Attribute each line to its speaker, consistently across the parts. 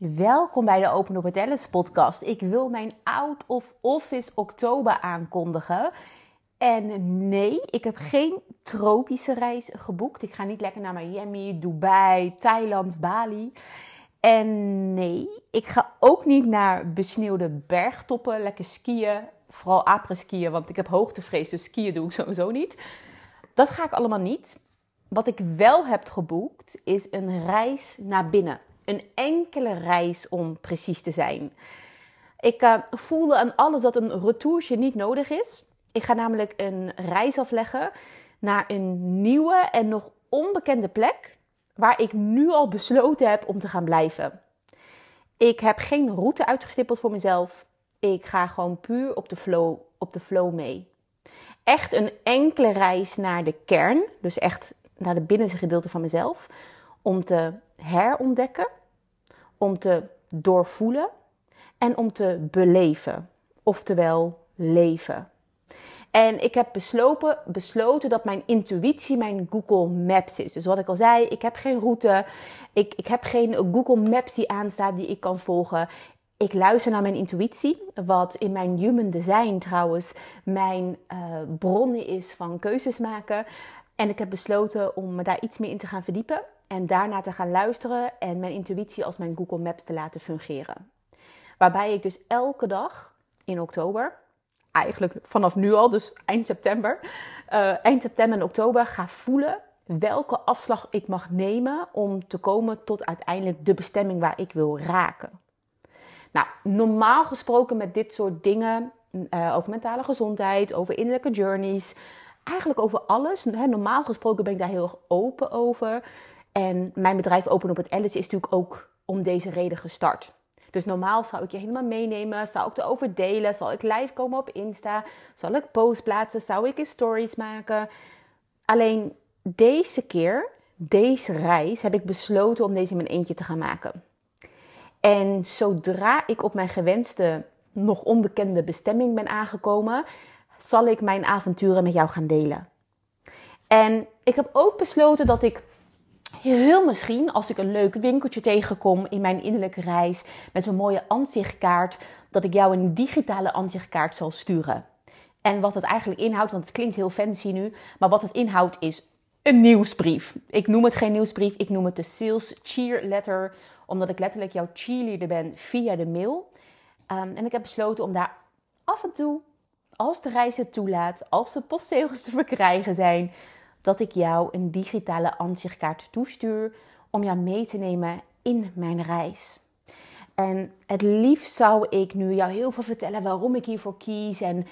Speaker 1: Welkom bij de Open Up with Alice podcast. Ik wil mijn Out of Office oktober aankondigen. En nee, ik heb geen tropische reis geboekt. Ik ga niet lekker naar Miami, Dubai, Thailand, Bali. En nee, ik ga ook niet naar besneeuwde bergtoppen, lekker skiën. Vooral après-skiën, want ik heb hoogtevrees, dus skiën doe ik sowieso niet. Dat ga ik allemaal niet. Wat ik wel heb geboekt is een reis naar binnen. Een enkele reis om precies te zijn. Ik voelde aan alles dat een retouche niet nodig is. Ik ga namelijk een reis afleggen naar een nieuwe en nog onbekende plek waar ik nu al besloten heb om te gaan blijven. Ik heb geen route uitgestippeld voor mezelf. Ik ga gewoon puur op de flow mee. Echt een enkele reis naar de kern, dus echt naar de binnenste gedeelte van mezelf, om te herontdekken, om te doorvoelen en om te beleven, oftewel leven. En ik heb besloten dat mijn intuïtie mijn Google Maps is. Dus wat ik al zei, ik heb geen route, ik heb geen Google Maps die aanstaat die ik kan volgen. Ik luister naar mijn intuïtie, wat in mijn human design trouwens mijn bron is van keuzes maken. En ik heb besloten om me daar iets meer in te gaan verdiepen en daarna te gaan luisteren en mijn intuïtie als mijn Google Maps te laten fungeren. Waarbij ik dus elke dag in oktober, eigenlijk vanaf nu al, dus eind september en oktober, ga voelen welke afslag ik mag nemen om te komen tot uiteindelijk de bestemming waar ik wil raken. Nou, normaal gesproken met dit soort dingen, over mentale gezondheid, over innerlijke journeys, eigenlijk over alles. Normaal gesproken ben ik daar heel erg open over. En mijn bedrijf Open Up with Alice is natuurlijk ook om deze reden gestart. Dus normaal zou ik je helemaal meenemen, zou ik erover delen, zal ik live komen op Insta, zal ik posts plaatsen, zou ik stories maken. Alleen deze keer, deze reis, heb ik besloten om deze in mijn eentje te gaan maken. En zodra ik op mijn gewenste, nog onbekende bestemming ben aangekomen, zal ik mijn avonturen met jou gaan delen. En ik heb ook besloten dat ik heel misschien, als ik een leuk winkeltje tegenkom in mijn innerlijke reis met een mooie ansichtkaart, dat ik jou een digitale ansichtkaart zal sturen. En wat het eigenlijk inhoudt, want het klinkt heel fancy nu, maar wat het inhoudt is een nieuwsbrief. Ik noem het geen nieuwsbrief, ik noem het de Sales Cheer Letter, omdat ik letterlijk jouw cheerleader ben via de mail. En ik heb besloten om daar af en toe, als de reis het toelaat, als de postzegels te verkrijgen zijn, dat ik jou een digitale ansichtkaart toestuur om jou mee te nemen in mijn reis. En het liefst zou ik nu jou heel veel vertellen waarom ik hiervoor kies en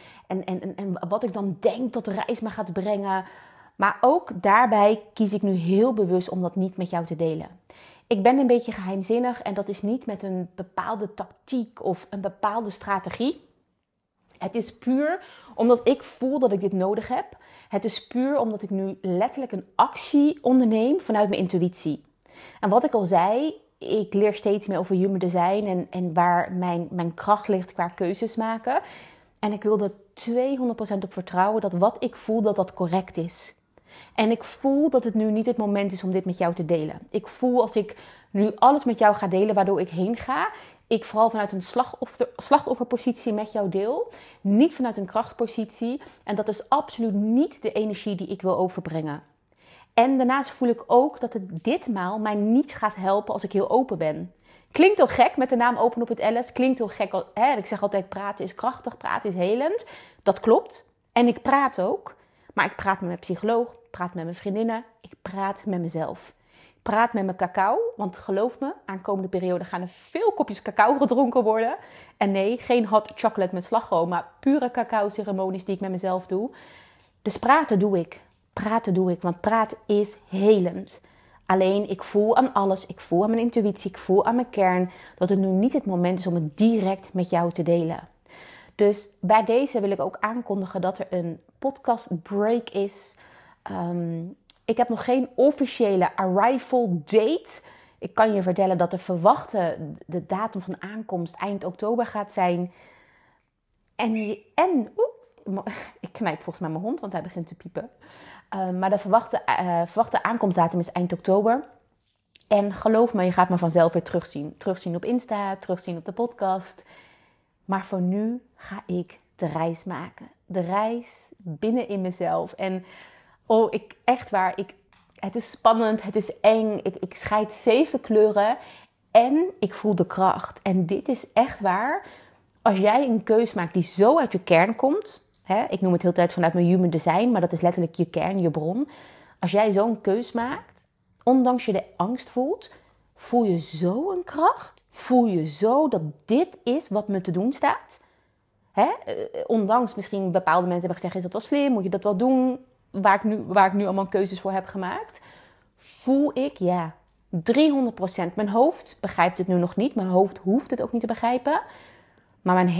Speaker 1: wat ik dan denk dat de reis me gaat brengen. Maar ook daarbij kies ik nu heel bewust om dat niet met jou te delen. Ik ben een beetje geheimzinnig en dat is niet met een bepaalde tactiek of een bepaalde strategie. Het is puur omdat ik voel dat ik dit nodig heb. Het is puur omdat ik nu letterlijk een actie onderneem vanuit mijn intuïtie. En wat ik al zei, ik leer steeds meer over human design en waar mijn kracht ligt qua keuzes maken. En ik wil er 200% op vertrouwen dat wat ik voel, dat correct is. En ik voel dat het nu niet het moment is om dit met jou te delen. Ik voel als ik nu alles met jou ga delen waardoor ik heen ga, ik vooral vanuit een slachtofferpositie met jou deel. Niet vanuit een krachtpositie. En dat is absoluut niet de energie die ik wil overbrengen. En daarnaast voel ik ook dat het ditmaal mij niet gaat helpen als ik heel open ben. Klinkt toch gek met de naam Open Up with Alice? Klinkt toch gek, hè? Ik zeg altijd praten is krachtig, praten is helend. Dat klopt. En ik praat ook. Maar ik praat met mijn psycholoog, ik praat met mijn vriendinnen, ik praat met mezelf. Ik praat met mijn cacao, want geloof me, aankomende periode gaan er veel kopjes cacao gedronken worden. En nee, geen hot chocolate met slagroom, maar pure cacao-ceremonies die ik met mezelf doe. Dus praten doe ik. Praten doe ik, want praten is helend. Alleen ik voel aan alles, ik voel aan mijn intuïtie, ik voel aan mijn kern dat het nu niet het moment is om het direct met jou te delen. Dus bij deze wil ik ook aankondigen dat er een podcast break is. Ik heb nog geen officiële arrival date. Ik kan je vertellen dat de datum van aankomst eind oktober gaat zijn. Ik knijp volgens mij mijn hond, want hij begint te piepen. Maar de verwachte aankomstdatum is eind oktober. En geloof me, je gaat me vanzelf weer terugzien. Terugzien op Insta, terugzien op de podcast. Maar voor nu ga ik de reis maken. De reis binnen in mezelf. En echt waar, het is spannend, het is eng. Ik scheid 7 kleuren en ik voel de kracht. En dit is echt waar. Als jij een keus maakt die zo uit je kern komt. Ik noem het heel de tijd vanuit mijn human design, maar dat is letterlijk je kern, je bron. Als jij zo'n keus maakt, ondanks je de angst voelt, voel je zo een kracht. Voel je zo dat dit is wat me te doen staat. Ondanks misschien bepaalde mensen hebben gezegd, is dat wel slim? Moet je dat wel doen? Waar ik nu allemaal keuzes voor heb gemaakt. Voel ik, ja, 300%. Mijn hoofd begrijpt het nu nog niet. Mijn hoofd hoeft het ook niet te begrijpen. Maar mijn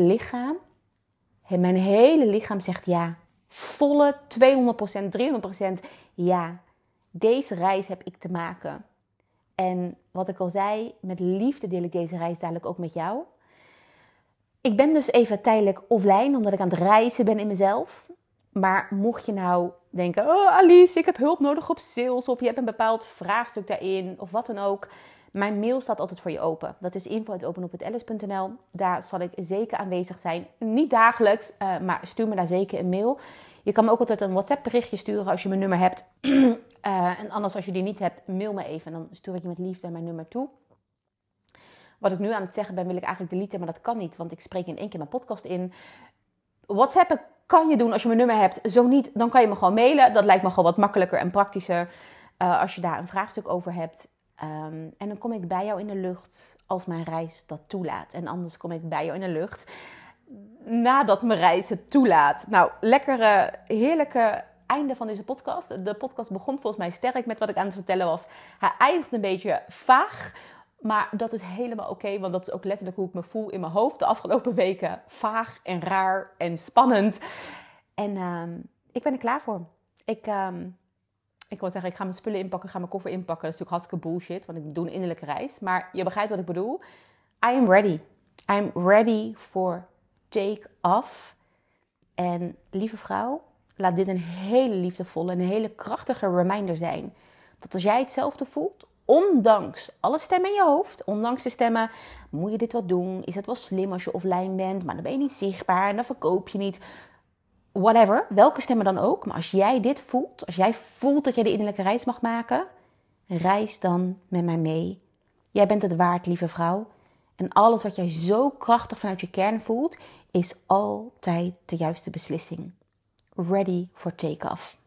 Speaker 1: hele lichaam zegt ja. Volle 200%, 300% ja. Deze reis heb ik te maken. En wat ik al zei, met liefde deel ik deze reis dadelijk ook met jou. Ik ben dus even tijdelijk offline, omdat ik aan het reizen ben in mezelf. Maar mocht je nou denken, oh Alice, ik heb hulp nodig op sales. Of je hebt een bepaald vraagstuk daarin, of wat dan ook. Mijn mail staat altijd voor je open. Dat is info@openopwithalice.nl. Daar zal ik zeker aanwezig zijn. Niet dagelijks, maar stuur me daar zeker een mail. Je kan me ook altijd een WhatsApp berichtje sturen als je mijn nummer hebt. En anders als je die niet hebt, mail me even. En dan stuur ik je met liefde mijn nummer toe. Wat ik nu aan het zeggen ben, wil ik eigenlijk deleten, maar dat kan niet. Want ik spreek in één keer mijn podcast in. WhatsAppen kan je doen als je mijn nummer hebt. Zo niet, dan kan je me gewoon mailen. Dat lijkt me gewoon wat makkelijker en praktischer als je daar een vraagstuk over hebt. En dan kom ik bij jou in de lucht als mijn reis dat toelaat. En anders kom ik bij jou in de lucht nadat mijn reis het toelaat. Nou, lekkere, heerlijke einde van deze podcast. De podcast begon volgens mij sterk met wat ik aan het vertellen was. Hij eindigt een beetje vaag. Maar dat is helemaal oké, want dat is ook letterlijk hoe ik me voel in mijn hoofd de afgelopen weken. Vaag en raar en spannend. En ik ben er klaar voor. Ik wil zeggen, ik ga mijn spullen inpakken, ga mijn koffer inpakken. Dat is natuurlijk hartstikke bullshit, want ik doe een innerlijke reis. Maar je begrijpt wat ik bedoel. I am ready. I'm ready for take off. En lieve vrouw, laat dit een hele liefdevolle en een hele krachtige reminder zijn. Dat als jij hetzelfde voelt, ondanks alle stemmen in je hoofd, ondanks de stemmen, moet je dit wel doen? Is het wel slim als je offline bent, maar dan ben je niet zichtbaar en dan verkoop je niet. Whatever, welke stemmen dan ook. Maar als jij dit voelt, als jij voelt dat jij de innerlijke reis mag maken, reis dan met mij mee. Jij bent het waard, lieve vrouw. En alles wat jij zo krachtig vanuit je kern voelt, is altijd de juiste beslissing. Ready for take-off.